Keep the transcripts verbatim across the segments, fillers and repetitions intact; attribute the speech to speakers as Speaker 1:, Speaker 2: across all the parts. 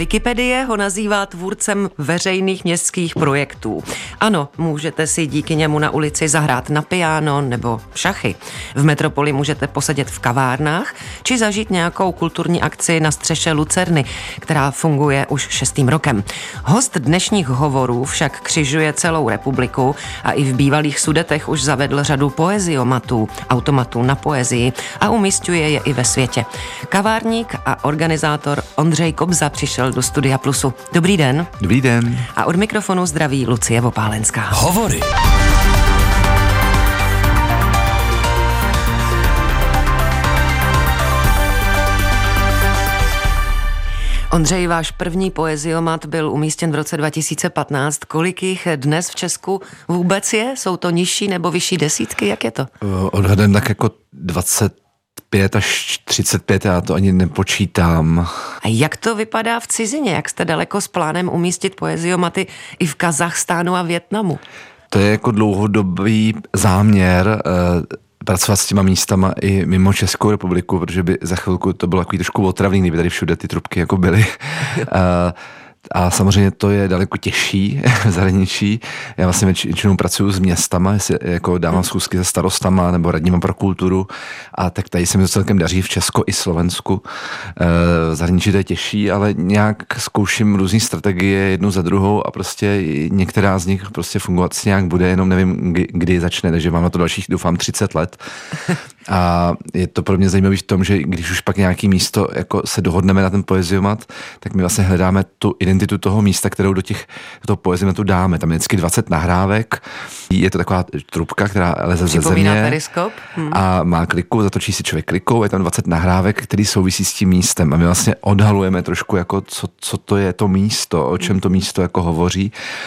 Speaker 1: Wikipedie ho nazývá tvůrcem veřejných městských projektů. Ano, můžete si díky němu na ulici zahrát na piano nebo šachy. V metropoli můžete posedět v kavárnách či zažít nějakou kulturní akci na střeše Lucerny, která funguje už šestým rokem. Host dnešních hovorů však křižuje celou republiku a i v bývalých Sudetech už zavedl řadu poeziomatů, automatů na poezii a umísťuje je i ve světě. Kavárník a organizátor Ondřej Kobza přišel do Studia Plusu. Dobrý den.
Speaker 2: Dobrý den.
Speaker 1: A od mikrofonu zdraví Lucie Vopálenská.
Speaker 3: Hovory.
Speaker 1: Ondřej, váš první poeziomat byl umístěn v roce dva tisíce patnáct. Kolik jich dnes v Česku vůbec je? Jsou to nižší nebo vyšší desítky? Jak je to?
Speaker 2: Odhadem tak jako dvacet pět až třicet pět, já to ani nepočítám.
Speaker 1: A jak to vypadá v cizině? Jak jste daleko s plánem umístit poeziomaty i v Kazachstánu a Vietnamu?
Speaker 2: To je jako dlouhodobý záměr pracovat s těma místama i mimo Českou republiku, protože by za chvilku to bylo takový trošku otravný, kdyby tady všude ty trubky jako byly. A samozřejmě to je daleko těžší v zahraničí. Já vlastně většinou pracuji s městama, jestli jako dávám schůzky se starostama nebo radníma pro kulturu, a tak tady se mi to celkem daří v Česku i Slovensku. V zahraničí to je těžší, ale nějak zkouším různý strategie jednu za druhou a prostě některá z nich prostě fungovat nějak bude, jenom nevím, kdy začne, takže mám na to dalších, doufám, třicet let. A je to pro mě zajímavé v tom, že když už pak nějaký místo jako se dohodneme na ten poeziomat, tak my vlastně hledáme tu identitu toho místa, kterou do těch do toho poeziomatu dáme. Tam je vždycky dvacet nahrávek. Je to taková trubka, která leze ze země
Speaker 1: periskop. Hmm.
Speaker 2: A má kliku, zatočí si člověk klikou, je tam dvacet nahrávek, který souvisí s tím místem. A my vlastně odhalujeme trošku, jako co, co to je to místo, o čem to místo jako hovoří.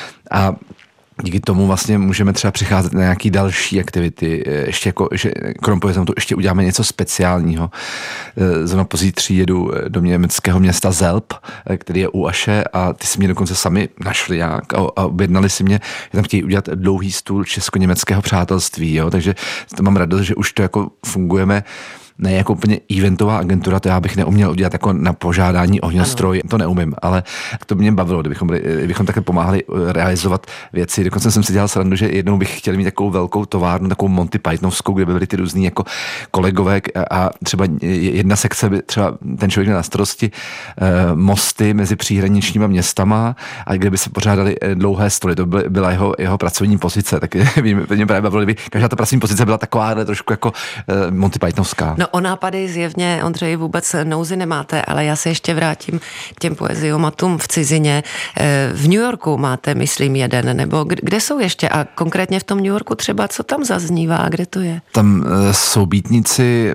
Speaker 2: A díky tomu vlastně můžeme třeba přicházet na nějaký další aktivity, ještě jako, že krom poeziomatů ještě uděláme něco speciálního. Zrovna pozítří jedu do německého města Zelp, který je u Aše, a ty si mě dokonce sami našli nějak a, a objednali si mě, že tam chtějí udělat dlouhý stůl česko-německého přátelství, jo? Takže to mám radost, že už to jako fungujeme ne jako úplně eventová agentura, to já bych neuměl udělat jako na požádání ohňostroj, to neumím, ale to mě bavilo, kdybychom, byli, kdybychom takhle pomáhali realizovat věci. Dokonce jsem si dělal srandu, že jednou bych chtěl mít takovou velkou továrnu, takovou Monty Pythonovskou, kde by byly ty různý jako kolegové a třeba jedna sekce by třeba ten člověk měl na starosti mosty mezi příhraničníma městama, a kde by se pořádali dlouhé stoly. To byla jeho, jeho pracovní pozice, tak mě právě bavilo, kdyby každá ta pracovní pozice byla taková trošku jako Monty Pythonovská.
Speaker 1: No, o nápady zjevně, Ondřej, vůbec nouzy nemáte, ale já se ještě vrátím k těm poeziomatům v cizině. V New Yorku máte, myslím, jeden, nebo kde jsou ještě? A konkrétně v tom New Yorku třeba, co tam zaznívá a kde to je?
Speaker 2: Tam jsou býtníci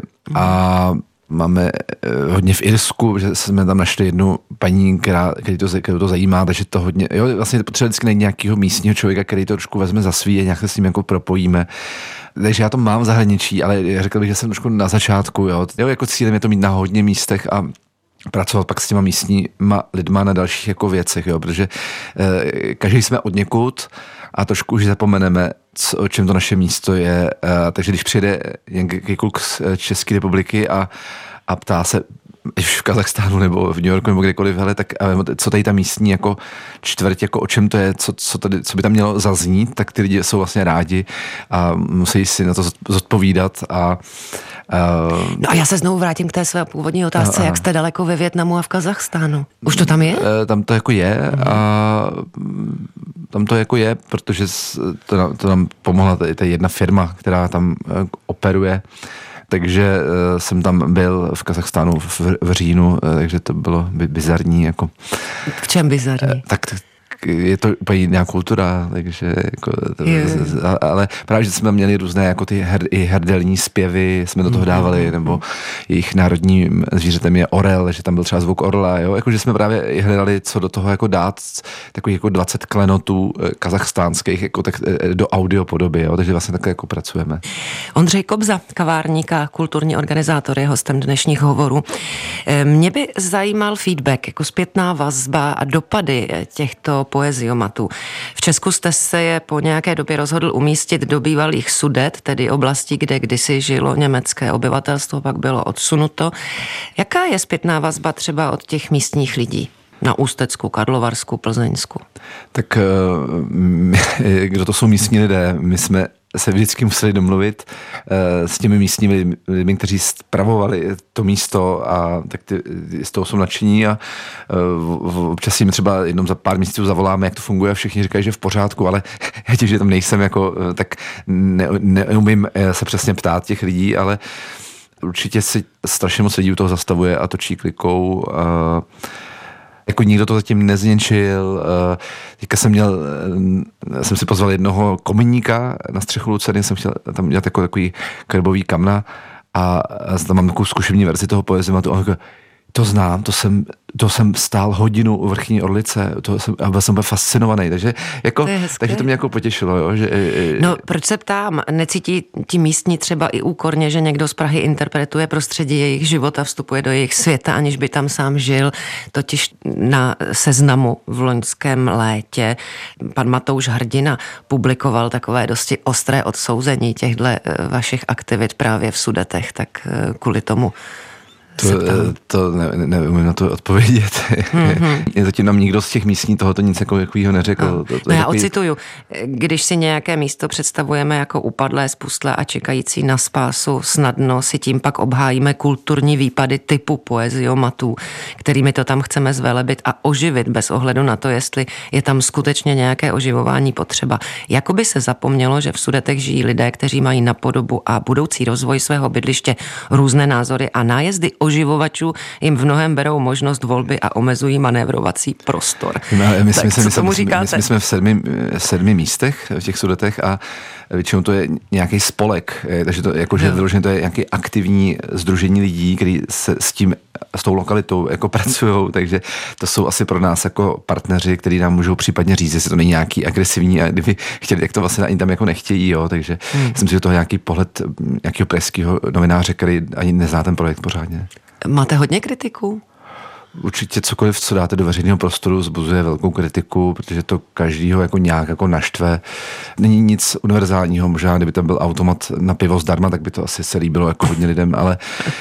Speaker 2: a máme hodně v Irsku, že jsme tam našli jednu paní, která, který to, kterou to zajímá, takže to hodně, jo, vlastně potřebuje vždycky najít nějakého místního člověka, který to trošku vezme za svý a nějak se s ním jako propojíme. Takže já to mám v zahraničí, ale řekl bych, že jsem trošku na začátku, jo. jo jako cílem je to mít na hodně místech a pracovat pak s těma místníma lidma na dalších jako věcech, jo, protože eh, každý jsme od někud a trošku už zapomeneme, co, o čem to naše místo je. Eh, takže když přijede nějaký kluk z České republiky a, a ptá se, v Kazachstánu nebo v New Yorku nebo kdekoliv, hele, tak co tady ta místní jako čtvrť, jako o čem to je, co, co, tady, co by tam mělo zaznít, tak ty lidi jsou vlastně rádi a musí si na to zodpovídat. A,
Speaker 1: uh, no a já se znovu vrátím k té své původní otázce, uh, jak jste daleko ve Vietnamu a v Kazachstánu? Už to tam je?
Speaker 2: Uh, tam to jako je uh-huh. a tam to jako je, protože to, nám, to nám pomohla ta jedna firma, která tam operuje. Takže uh, jsem tam byl v Kazachstánu v, v říjnu, uh, takže to bylo bizarní. Jako.
Speaker 1: V čem bizarní? Uh,
Speaker 2: tak je to úplně jiná kultura, takže jako, to, ale právě, že jsme měli různé jako ty her, i herdelní zpěvy, jsme do toho dávali, mm-hmm. nebo jejich národním zvířetem je orel, že tam byl třeba zvuk orla, jo, jakože jsme právě hledali, co do toho jako dát, takových jako dvacet klenotů kazachstánských jako tak do audio podoby, jo, takže vlastně takhle jako pracujeme.
Speaker 1: Ondřej Kobza, kavárník a kulturní organizátor, je hostem dnešních hovorů. Mě by zajímal feedback, jako zpětná vazba a dopady těchto poeziomatů. V Česku jste se je po nějaké době rozhodl umístit do bývalých Sudet, tedy oblasti, kde kdysi žilo německé obyvatelstvo, pak bylo odsunuto. Jaká je zpětná vazba třeba od těch místních lidí? Na Ústecku, Karlovarsku, Plzeňsku.
Speaker 2: Tak kdo to jsou místní lidé? My jsme se vždycky museli domluvit s těmi místními lidmi, kteří spravovali to místo a tak ty, z toho jsou nadšení a občas jim třeba jednou za pár měsíců zavoláme, jak to funguje a všichni říkají, že v pořádku, ale já tím, že tam nejsem, jako, tak ne, neumím se přesně ptát těch lidí, ale určitě si strašně moc lidí u toho zastavuje a točí klikou. A jako nikdo to zatím nezničil. Teďka jsem měl, jsem si pozval jednoho kominíka na střechu Lucerny, jsem chtěl tam dělat jako takový krbový kamna a tam mám takovou zkušební verzi toho poezimatu. A to znám, to jsem, to jsem stál hodinu u Vrchní Orlice, to jsem, a byl jsem byl fascinovaný, takže, jako, takže to mě jako potěšilo. Jo, že,
Speaker 1: no, proč se ptám, necítí ti místní třeba i úkorně, že někdo z Prahy interpretuje prostředí jejich života, vstupuje do jejich světa, aniž by tam sám žil, totiž na Seznamu v loňském létě pan Matouš Hrdina publikoval takové dosti ostré odsouzení těchto vašich aktivit právě v Sudetech, tak kvůli tomu
Speaker 2: To, to ne, neumím na to odpovědět. Mm-hmm. Zatím nám nikdo z těch místní tohoto nic jako takového neřekl.
Speaker 1: No,
Speaker 2: to, to
Speaker 1: no já
Speaker 2: takový...
Speaker 1: ocituju. Když si nějaké místo představujeme jako upadlé, spustlé a čekající na spásu, snadno si tím pak obhájíme kulturní výpady typu poeziomatů, kterými to tam chceme zvelebit a oživit bez ohledu na to, jestli je tam skutečně nějaké oživování potřeba. Jakoby se zapomnělo, že v Sudetech žijí lidé, kteří mají na podobu a budoucí rozvoj svého bydliště různé názory a nájezdy oživovačů jim v mnohem berou možnost volby a omezují manévrovací prostor.
Speaker 2: No, my,
Speaker 1: tak
Speaker 2: my,
Speaker 1: co
Speaker 2: my,
Speaker 1: tomu
Speaker 2: my,
Speaker 1: říkáte?
Speaker 2: My, my jsme v sedmi, sedmi místech v těch Sudetech a většinou to je nějaký spolek, takže to, jakože no. vyloženě to je nějaký aktivní sdružení lidí, kteří se s tím, s tou lokalitou jako pracují, takže to jsou asi pro nás jako partneři, kteří nám můžou případně říct, jestli to není nějaký agresivní a kdyby chtěli, jak to vlastně ani tam jako nechtějí, jo, takže hmm. myslím si, že to je nějaký pohled nějakého pražského novináře, který ani nezná ten projekt pořádně.
Speaker 1: Máte hodně kritiků?
Speaker 2: Určitě cokoliv, co dáte do veřejného prostoru, vzbuzuje velkou kritiku, protože to každýho jako nějak jako naštve. Není nic univerzálního, možná kdyby tam byl automat na pivo zdarma, tak by to asi se líbilo jako hodně lidem, ale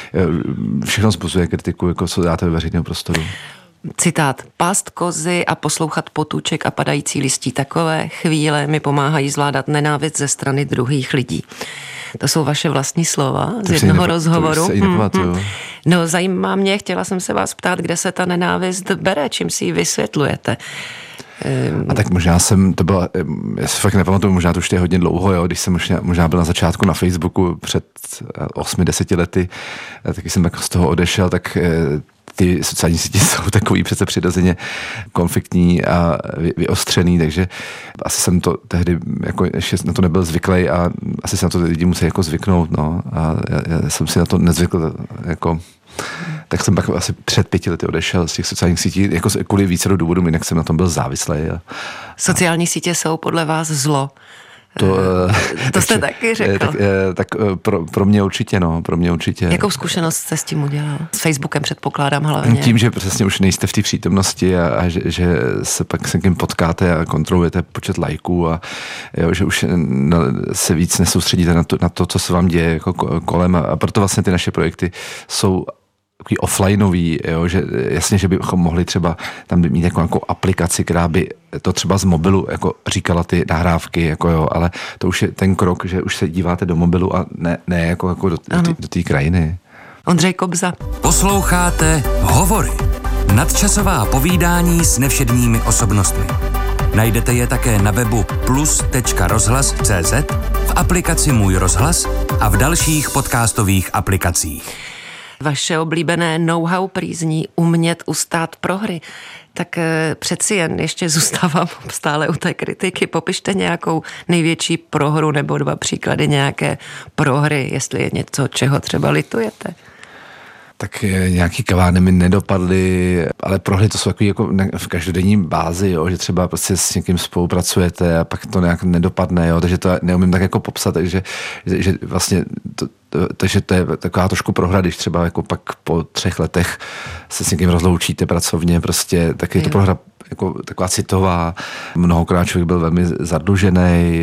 Speaker 2: všechno vzbuzuje kritiku, jako co dáte do veřejného prostoru.
Speaker 1: Citát. Pást kozy a poslouchat potůček a padající listí, takové chvíle mi pomáhají zvládat nenávist ze strany druhých lidí. To jsou vaše vlastní slova z jednoho nepo, rozhovoru.
Speaker 2: To hmm, hmm.
Speaker 1: No, zajímá mě, chtěla jsem se vás ptát, kde se ta nenávist bere, čím si ji vysvětlujete.
Speaker 2: A tak možná jsem, to bylo, já si fakt nepamatuju, možná to už je hodně dlouho, jo, když jsem možná, možná byl na začátku na Facebooku před osmi, deseti lety, taky jsem tak z toho odešel, tak ty sociální sítě jsou takový přece přirozeně konfliktní a vyostřený, takže asi jsem to tehdy jako ještě na to nebyl zvyklý a asi se na to lidi musí jako zvyknout, no. A já, já jsem si na to nezvykl, jako, tak jsem pak asi před pěti lety odešel z těch sociálních sítí, jako kvůli více do důvodů, jinak jsem na tom byl závislý. A,
Speaker 1: sociální sítě jsou podle vás zlo?
Speaker 2: To,
Speaker 1: to jste tak, taky řekl.
Speaker 2: Tak, tak pro, pro mě určitě, no, pro mě určitě.
Speaker 1: Jakou zkušenost jste s tím udělal? S Facebookem předpokládám hlavně.
Speaker 2: Tím, že přesně už nejste v té přítomnosti a, a že, že se pak s někým potkáte a kontrolujete počet lajků a jo, že už na, se víc nesoustředíte na to, na to, co se vám děje jako kolem a, a proto vlastně ty naše projekty jsou takový offlineový, jo, že jasně, že bychom mohli třeba tam mít jako nějakou aplikaci, která by to třeba z mobilu jako říkala ty nahrávky, jako jo, ale to už je ten krok, že už se díváte do mobilu a ne, ne jako, jako do, do té krajiny.
Speaker 1: Ondřej Kobza.
Speaker 3: Posloucháte Hovory. Nadčasová povídání s nevšedními osobnostmi. Najdete je také na webu plus tečka rozhlas tečka cé zet, v aplikaci Můj rozhlas a v dalších podcastových aplikacích.
Speaker 1: Vaše oblíbené know-how prýzní umět ustát prohry. Tak přeci jen ještě zůstávám stále u té kritiky. Popište nějakou největší prohru nebo dva příklady nějaké prohry, jestli je něco, čeho třeba litujete.
Speaker 2: Tak nějaký kavárny mi nedopadly, ale prohry to jsou takový jako v každodenní bázi, jo, že třeba prostě s někým spolupracujete a pak to nějak nedopadne, jo, takže to neumím tak jako popsat, takže že, že vlastně to, to, takže to je taková trošku prohra, když třeba jako pak po třech letech se s někým rozloučíte pracovně, prostě tak je to prohra jako taková citová. Mnohokrát člověk byl velmi zadlužený.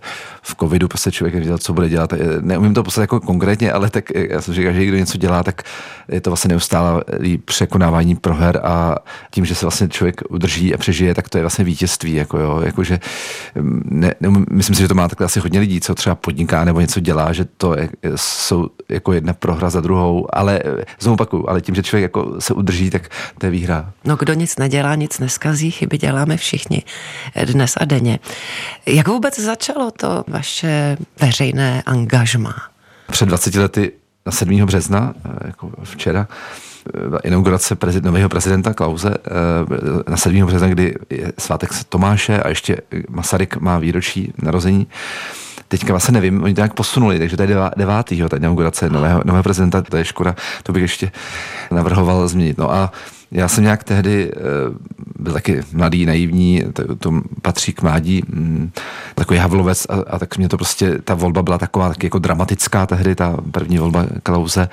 Speaker 2: V covidu prostě člověk nevěděl, co bude dělat. Neumím to poslat jako konkrétně, ale tak já jsem říkal, že kdo něco dělá, tak je to vlastně neustále překonávání proher a tím, že se vlastně člověk udrží a přežije, tak to je vlastně vítězství. Jako jo, jakože ne, ne, myslím si, že to má takhle asi hodně lidí, co třeba podniká nebo něco dělá, že to je, jsou jako jedna prohra za druhou, ale znovu opakuju, ale tím, že člověk jako se udrží, tak to je výhra.
Speaker 1: No kdo nic nedělá, nic neskazí, chyby děláme všichni dnes a denně. Jak vůbec začalo to vaše veřejné angažmá?
Speaker 2: Před dvaceti lety na sedmého března, jako včera, inaugurace prezid, nového prezidenta Klause na sedmého března, kdy je svátek Tomáše a ještě Masaryk má výročí narození. Teďka vlastně nevím, oni to nějak posunuli, takže to je devátého ta inaugurace nového, nového prezidenta, to je škoda, to bych ještě navrhoval změnit. No a já jsem nějak tehdy byl taky mladý, naivní, to, to patří k mládí, takový havlovec a, a tak mě to prostě, ta volba byla taková taky jako dramatická tehdy, ta první volba Klause.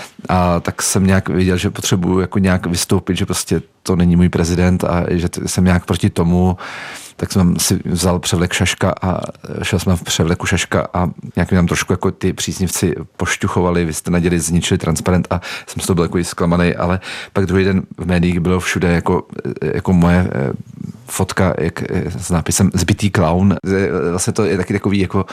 Speaker 2: A tak jsem nějak viděl, že potřebuju jako nějak vystoupit, že prostě to není můj prezident a že jsem nějak proti tomu. Tak jsem si vzal převlek Šaška a šel jsem v převleku Šaška a nějak mi tam trošku jako ty příznivci pošťuchovali, vy jste na děli zničili transparent a jsem z toho byl jako zklamaný, ale pak druhý den v médiích bylo všude jako, jako moje fotka jak, s nápisem Zbitý klaun. Vlastně to je taky takový jako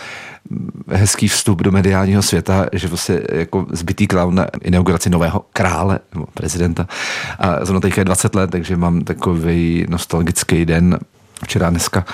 Speaker 2: hezký vstup do mediálního světa, že vlastně jako zbitý klaun na inauguraci nového krále nebo prezidenta a zrovna teďka je dvacet let, takže mám takový nostalgický den včera, dneska,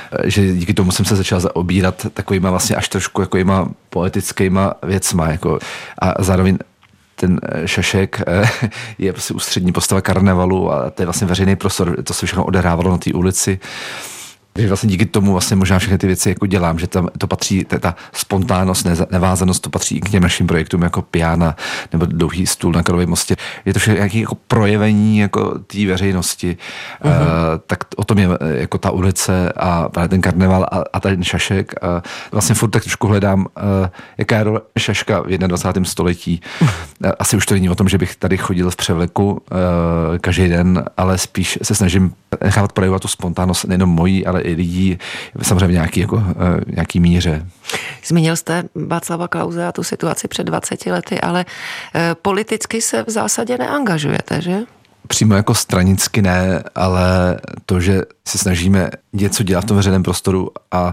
Speaker 2: že díky tomu jsem se začal zaobírat takovýma vlastně až trošku takovýma poetickýma věcma, jako a zároveň ten Šašek je prostě ústřední postava karnevalu a to je vlastně veřejný prostor, to se všechno odehrávalo na té ulici. Takže vlastně díky tomu vlastně možná všechny ty věci jako dělám, že tam to patří, ta, ta spontánnost, nevázanost, to patří i k těm našim projektům jako Piana nebo Dlouhý stůl na Karlově mostě. Je to všechno nějaké jako projevení jako té veřejnosti. Uh-huh. Uh, tak o tom je jako ta ulice a ten karneval a, a ten Šašek. A vlastně furt tak trošku hledám, uh, jaká je role Šaška v dvacátém prvním století. Uh. Asi už to není o tom, že bych tady chodil v převleku uh, každý den, ale spíš se snažím nechávat projevovat tu spontánnost nejenom mojí, ale i lidí, samozřejmě v nějaký, jako, nějaký míře.
Speaker 1: Zmínil jste Václava Klause a tu situaci před dvaceti lety, ale politicky se v zásadě neangažujete, že?
Speaker 2: Přímo jako stranicky ne, ale to, že se snažíme něco dělat v tom veřejném prostoru a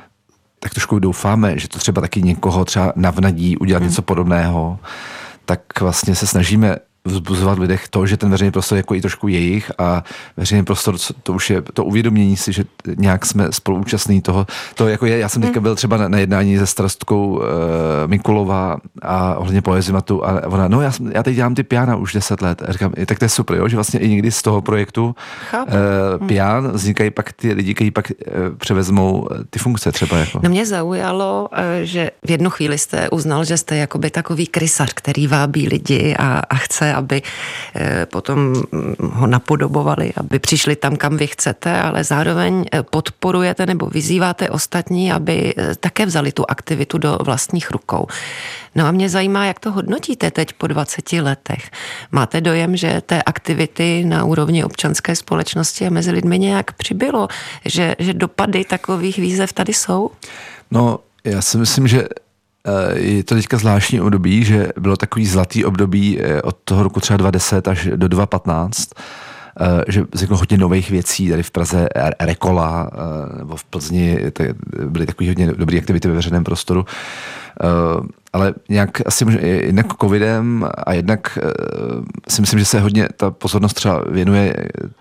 Speaker 2: tak trošku doufáme, že to třeba taky někoho třeba navnadí udělat hmm. něco podobného, tak vlastně se snažíme vzbuzovat v lidech to, že ten veřejný prostor je jako i trošku jejich a veřejný prostor, to už je to uvědomění si, že nějak jsme spoluúčastní toho. To jako je, já jsem teďka byl třeba na, na jednání se starostkou uh, Mikulova a ohledně poezimatu a ona, no já, jsem, já teď dělám ty piana už deset let. A říkám, tak to je super, jo, že vlastně i někdy z toho projektu uh, pian vznikají pak ty lidi, kteří pak uh, převezmou ty funkce třeba. Jako.
Speaker 1: No mě zaujalo, uh, že v jednu chvíli jste uznal, že jste jakoby takový krysař, který vábí lidi a, a chce, aby potom ho napodobovali, aby přišli tam, kam vy chcete, ale zároveň podporujete nebo vyzýváte ostatní, aby také vzali tu aktivitu do vlastních rukou. No a mě zajímá, jak to hodnotíte teď po dvaceti letech. Máte dojem, že té aktivity na úrovni občanské společnosti a mezi lidmi nějak přibylo? Že, že dopady takových výzev tady jsou?
Speaker 2: No, já si myslím, že je to teďka zvláštní období, že bylo takový zlatý období od toho roku třeba dva tisíce deset až do dva tisíce patnáct, že vzniklo hodně nových věcí, tady v Praze Rekola nebo v Plzni byly takové hodně dobré aktivity ve veřejném prostoru, ale nějak asi jednak covidem a jednak si myslím, že se hodně ta pozornost třeba věnuje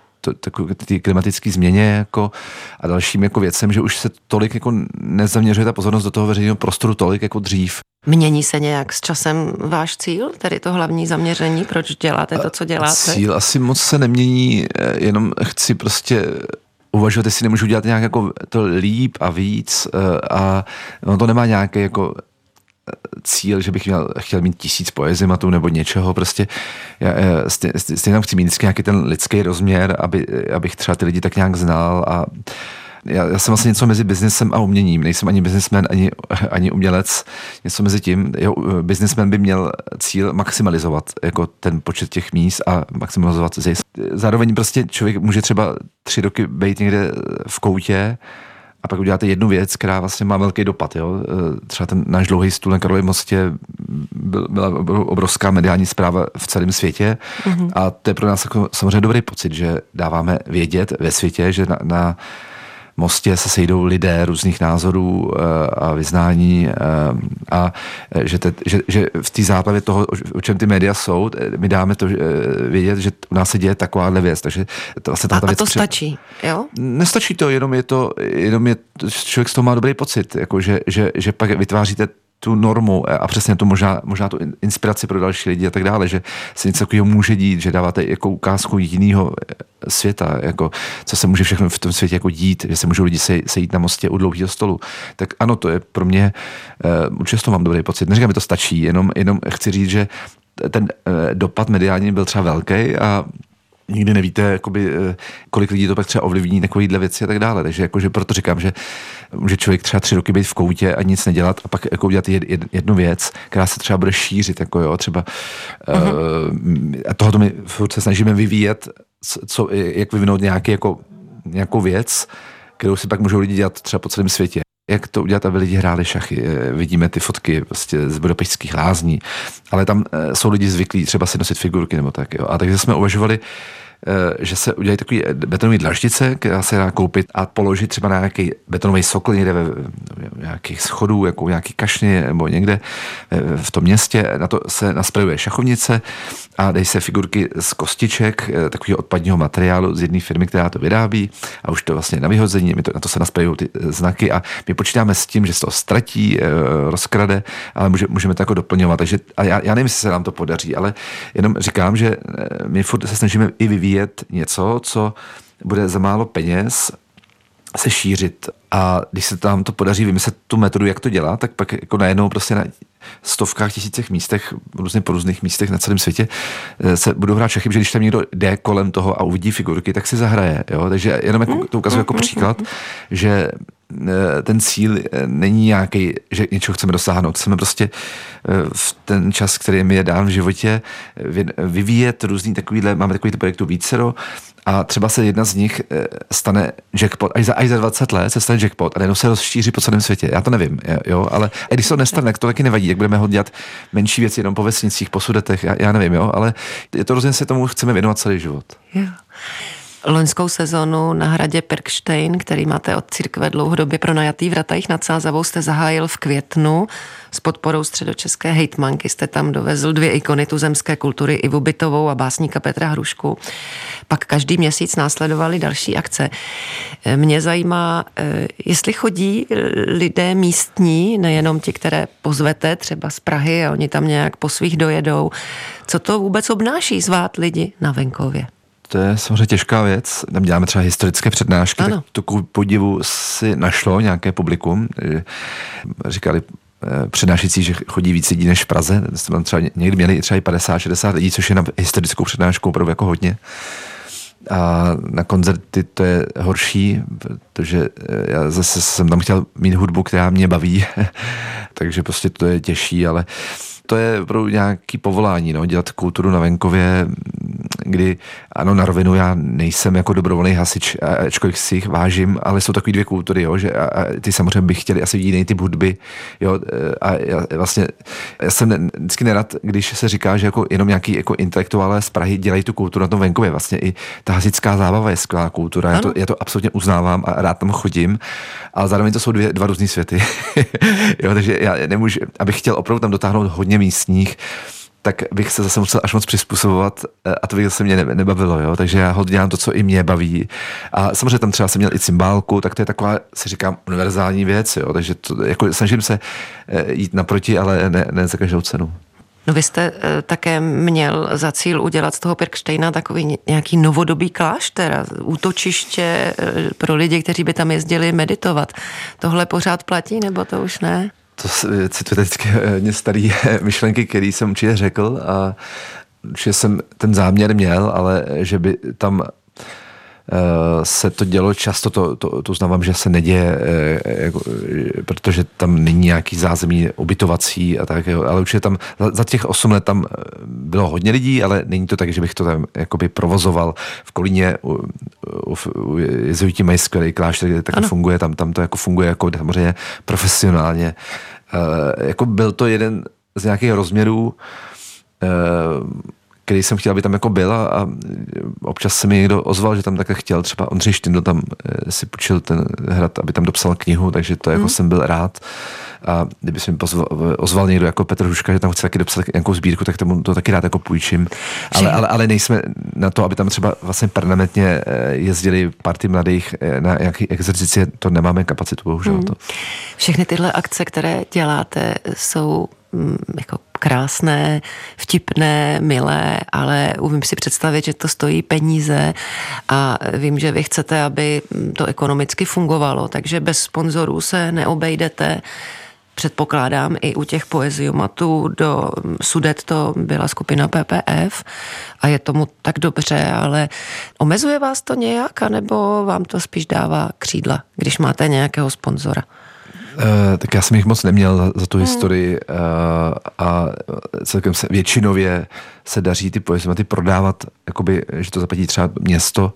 Speaker 2: ty klimatické změně jako a dalším jako věcem, že už se tolik jako nezaměřuje ta pozornost do toho veřejného prostoru tolik jako dřív.
Speaker 1: Mění se nějak s časem váš cíl, tedy to hlavní zaměření, proč děláte to, co děláte?
Speaker 2: Cíl asi moc se nemění, jenom chci prostě uvažovat, jestli nemůžu dělat nějak jako to líp a víc a no to nemá nějaký jako cíl, že bych měl, chtěl mít tisíc poezimatů nebo něčeho, prostě já, stejně chci mít vždycky nějaký ten lidský rozměr, aby, abych třeba ty lidi tak nějak znal a Já, já jsem vlastně něco mezi biznesem a uměním. Nejsem ani biznesmen, ani, ani umělec. Něco mezi tím. Jo, biznesmen by měl cíl maximalizovat jako ten počet těch míst a maximalizovat zisk. Zároveň prostě člověk může třeba tři roky být někde v koutě a pak uděláte jednu věc, která vlastně má velký dopad. Jo? Třeba ten náš dlouhý stůl na Karlově mostě byla obrovská mediální zpráva v celém světě mm-hmm. a to je pro nás jako samozřejmě dobrý pocit, že dáváme vědět ve světě, že na, na mostě se sejdou lidé různých názorů a vyznání a že, te, že, že v té záplavě toho, o čem ty média jsou, my dáme to vědět, že u nás se děje takováhle věc. Takže to vlastně
Speaker 1: a, a
Speaker 2: věc
Speaker 1: to
Speaker 2: před...
Speaker 1: stačí, jo?
Speaker 2: Nestačí to, jenom je to, jenom je, člověk z toho má dobrý pocit, jako že, že, že pak vytváříte tu normu a přesně to možná, možná tu inspiraci pro další lidi a tak dále, že se něco takového může dít, že dáváte jako ukázku jiného světa, jako co se může všechno v tom světě jako dít, že se můžou lidi sejít na mostě u dlouhého stolu. Tak ano, to je pro mě, uh, určitě z toho mám dobrý pocit. Neříkám, že to stačí, jenom, jenom chci říct, že ten uh, dopad mediální byl třeba velký a nikdy nevíte, jakoby, kolik lidí to pak třeba ovlivní takovýhle věci a tak dále. Takže jakože proto říkám, že může člověk třeba tři roky být v koutě a nic nedělat a pak jako udělat jed, jed, jednu věc, která se třeba bude šířit. Jako jo, třeba uh-huh. uh, a tohoto my furt se snažíme vyvíjet, co, jak vyvinout nějaký, jako, nějakou věc, kterou si pak můžou lidi dělat třeba po celém světě. Jak to udělat, aby lidi hráli šachy. Vidíme ty fotky prostě z Budapešťských lázní, ale tam jsou lidi zvyklí třeba si nosit figurky nebo tak. Jo. A takže jsme uvažovali, že se udělají takový betonový dlaždice, která se dá koupit a položit třeba na nějaký betonový sokl někde ve nějakých schodů, jako nějaký kašny nebo někde v tom městě. Na to se nasprejuje šachovnice a dají se figurky z kostiček, takového odpadního materiálu z jedné firmy, která to vyrábí a už to vlastně na vyhození, my to, na to se nasprejují ty znaky a my počítáme s tím, že se to ztratí, rozkrade, ale může, můžeme to jako doplňovat. Takže a já, já nevím, jestli se nám to podaří, ale jenom říkám, že my furt se snažíme i vyvíjet něco, co bude za málo peněz se šířit. A když se tam to podaří vymyslet tu metodu, jak to dělat, tak pak jako najednou prostě na stovkách, tisícech místech, různě po různých místech na celém světě se budou hrát šachy, že když tam někdo jde kolem toho a uvidí figurky, tak si zahraje. Jo? Takže jenom jako, to ukazuji jako příklad, že ten cíl není nějaký, že něčeho chceme dosáhnout. Chceme prostě v ten čas, který mi je dán v životě, vyvíjet různý takovýhle, máme takovýhle projektů vícero a třeba se jedna z nich stane jackpot, až za, až za dvacet let se stane jackpot a najednou se rozšíří po celém světě. Já to nevím, jo, ale když se to nestane, tak to taky nevadí, jak budeme ho dělat menší věci jenom po vesnicích, po sudetech, já, já nevím, jo, ale je to rozhodně se tomu chceme věnovat celý život.
Speaker 1: Jo. Loňskou sezonu na hradě Pirkštejn, který máte od církve dlouhodobě pronajatý v Ratajích nad Sázavou, jste zahájil v květnu. S podporou středočeské hejtmanky jste tam dovezl dvě ikony tuzemské kultury, Ivu Bytovou a básníka Petra Hrušku. Pak každý měsíc následovaly další akce. Mě zajímá, jestli chodí lidé místní, nejenom ti, které pozvete třeba z Prahy a oni tam nějak po svých dojedou. Co to vůbec obnáší zvát lidi na venkově?
Speaker 2: To je samozřejmě těžká věc. Tam děláme třeba historické přednášky, ano. Tak to ku podivu si našlo nějaké publikum. Říkali přednášející, že chodí víc lidí než v Praze. Třeba někdy měli třeba i padesát šedesát lidí, což je na historickou přednášku opravdu jako hodně. A na koncerty to je horší, protože já zase jsem tam chtěl mít hudbu, která mě baví, takže prostě to je těžší, ale to je opravdu nějaký povolání, no, dělat kulturu na venkově, kdy, ano, na rovinu já nejsem jako dobrovolný hasič, ačkoliv si jich vážím, ale jsou takový dvě kultury, jo, že a, a ty samozřejmě bych chtěli asi jiný typ hudby, jo, a já vlastně, já jsem vždycky nerad, když se říká, že jako jenom nějaký jako intelektuálé z Prahy dělají tu kulturu na tom venkově, vlastně i ta hasičská zábava je skvělá kultura, já to, já to absolutně uznávám a rád tam chodím, ale zároveň to jsou dvě, dva různý světy, jo, takže já nemůžu, abych chtěl opravdu tam dotáhnout hodně místních, tak bych se zase musel až moc přizpůsobovat a to bych zase mě nebavilo, jo? Takže já hodně dělám to, co i mě baví. A samozřejmě tam třeba jsem měl i cymbálku, tak to je taková, si říkám, univerzální věc, jo? Takže to, jako snažím se jít naproti, ale ne, ne za každou cenu.
Speaker 1: No vy jste e, také měl za cíl udělat z toho Pirkštejna takový nějaký novodobý klášter, útočiště e, pro lidi, kteří by tam jezdili meditovat. Tohle pořád platí, nebo to už ne?
Speaker 2: To citujete vždycky hodně starý myšlenky, které jsem určitě řekl a že jsem ten záměr měl, ale že by tam se to dělo často, to, to, to uznávám, že se neděje, jako, protože tam není nějaký zázemí ubytovací a tak, ale určitě tam za, za těch osm let tam bylo hodně lidí, ale není to tak, že bych to tam jakoby provozoval. V Kolíně u, u, u jezuiti mají skvělý klášter, kde tak funguje, tam, tam to jako funguje jako samozřejmě profesionálně. Uh, jako byl to jeden z nějakých rozměrů, uh, který jsem chtěl, aby tam jako byl a občas se mi někdo ozval, že tam takhle chtěl, třeba Ondřej Štindl tam si půjčil ten hrad, aby tam dopsal knihu, takže to jako mm. jsem byl rád. A kdyby se mi pozval, ozval někdo jako Petr Hruška, že tam chce taky dopsat nějakou sbírku, tak tomu to taky rád jako půjčím. Ale, ale, ale nejsme na to, aby tam třeba vlastně permanentně jezdili party mladých na nějaký exercici, to nemáme kapacitu, bohužel. Mm. To.
Speaker 1: Všechny tyhle akce, které děláte, jsou jako krásné, vtipné, milé, ale umím si představit, že to stojí peníze a vím, že vy chcete, aby to ekonomicky fungovalo, takže bez sponzorů se neobejdete. Předpokládám i u těch poeziomatů do Sudet to byla skupina P P F a je tomu tak dobře, ale omezuje vás to nějak, anebo vám to spíš dává křídla, když máte nějakého sponzora?
Speaker 2: Uh, tak já jsem jich moc neměl za, za tu hmm. historii uh, a celkem se, většinově se daří ty poeziomaty prodávat, jakoby, že to zaplatí třeba město,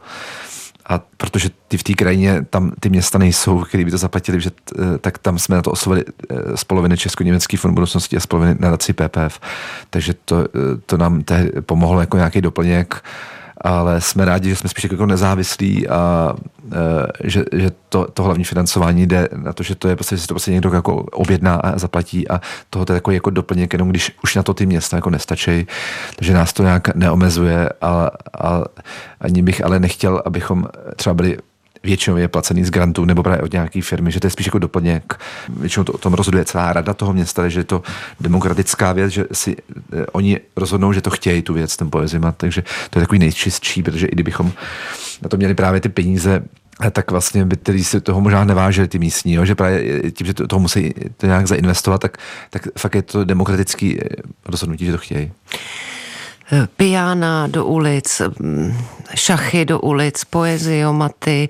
Speaker 2: a protože ty v té krajině tam ty města nejsou, který by to zaplatili, že, tak tam jsme na to oslovili z poloviny Česko-německý fond budoucnosti a z poloviny nadací P P F. Takže to, to nám tehdy pomohlo jako nějaký doplněk, ale jsme rádi, že jsme spíš jako nezávislí a e, že, že to, to hlavní financování jde na to, že to je prostě, že to prostě někdo jako objedná a zaplatí a toho to je jako, jako doplněk, jenom když už na to ty města jako nestačí, takže nás to nějak neomezuje a, a ani bych ale nechtěl, abychom třeba byli většinou je placený z grantů nebo právě od nějaké firmy, že to je spíš jako doplněk. Většinou to o tom rozhoduje celá rada toho města, že je to demokratická věc, že si eh, oni rozhodnou, že to chtějí tu věc, ten poeziomat, takže to je takový nejčistší, protože i kdybychom na to měli právě ty peníze, tak vlastně by tedy si toho možná nevážili ty místní, jo? Že právě tím, že to, toho musí to nějak zainvestovat, tak, tak fakt je to demokratický rozhodnutí, že to chtějí.
Speaker 1: Piana do ulic, šachy do ulic, poeziomaty,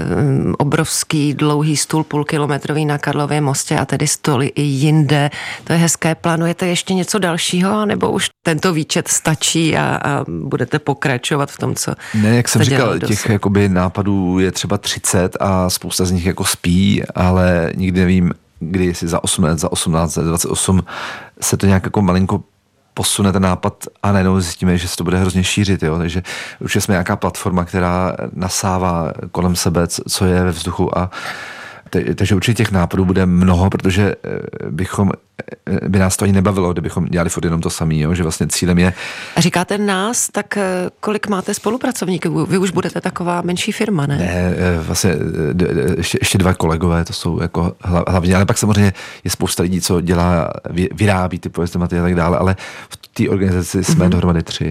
Speaker 1: obrovský dlouhý stůl půlkilometrový na Karlově mostě a tedy stoly i jinde. To je hezké. Plánujete ještě něco dalšího, nebo už tento výčet stačí a, a budete pokračovat v tom, co
Speaker 2: Ne, jak jsem říkal,
Speaker 1: dosud?
Speaker 2: těch jakoby nápadů je třeba třicet a spousta z nich jako spí, ale nikdy nevím, kdy si za osm let, za osmnáct, za dvacet osm se to nějak jako malinko posune ten nápad a najednou zjistíme, že se to bude hrozně šířit. Jo? Takže určitě jsme nějaká platforma, která nasává kolem sebe, co je ve vzduchu a takže určitě těch nápadů bude mnoho, protože bychom, by nás to ani nebavilo, kdybychom dělali furt jenom to samý, jo? Že vlastně cílem je...
Speaker 1: A říkáte nás, tak kolik máte spolupracovníků? Vy už budete taková menší firma, ne?
Speaker 2: Ne, vlastně ještě, ještě dva kolegové, to jsou jako hlavně, ale pak samozřejmě je spousta lidí, co dělá, vyrábí ty poeziomaty a tak dále, ale v té organizaci jsme mm-hmm. dohromady tři.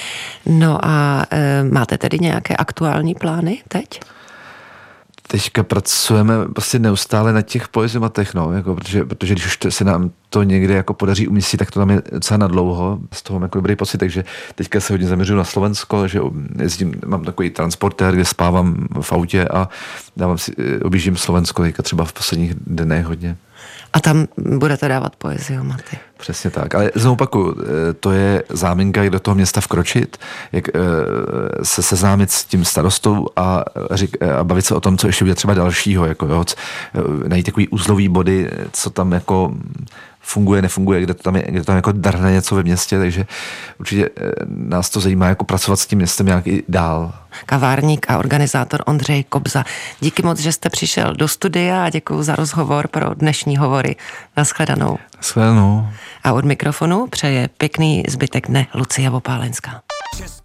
Speaker 1: No a e, máte tedy nějaké aktuální plány teď?
Speaker 2: Teďka pracujeme prostě neustále na těch poeziomatech, no, jako, protože, protože když už to, se nám to někde jako podaří umístit, tak to tam je docela nadlouho, z toho mám jako dobrý pocit, takže teďka se hodně zaměřuju na Slovensko, že jezdím, mám takový transportér, kde spávám v autě a dávám si, objíždím Slovensko teďka třeba v posledních dnech hodně.
Speaker 1: A tam budete dávat poeziomaty.
Speaker 2: Přesně tak, ale znovu opakuju, to je záminka, jak do toho města vkročit, jak se seznámit s tím starostou a, a bavit se o tom, co ještě bude třeba dalšího, jako jo, najít takový uzlový body, co tam jako funguje, nefunguje, kde to tam je, kde to tam jako drhne něco ve městě, takže určitě nás to zajímá jako pracovat s tím městem nějak i dál.
Speaker 1: Kavárník a organizátor Ondřej Kobza. Díky moc, že jste přišel do studia a děkuji za rozhovor pro dnešní hovory. Naschledanou.
Speaker 2: Naschledanou.
Speaker 1: A od mikrofonu přeje pěkný zbytek dne Lucie Opálenská.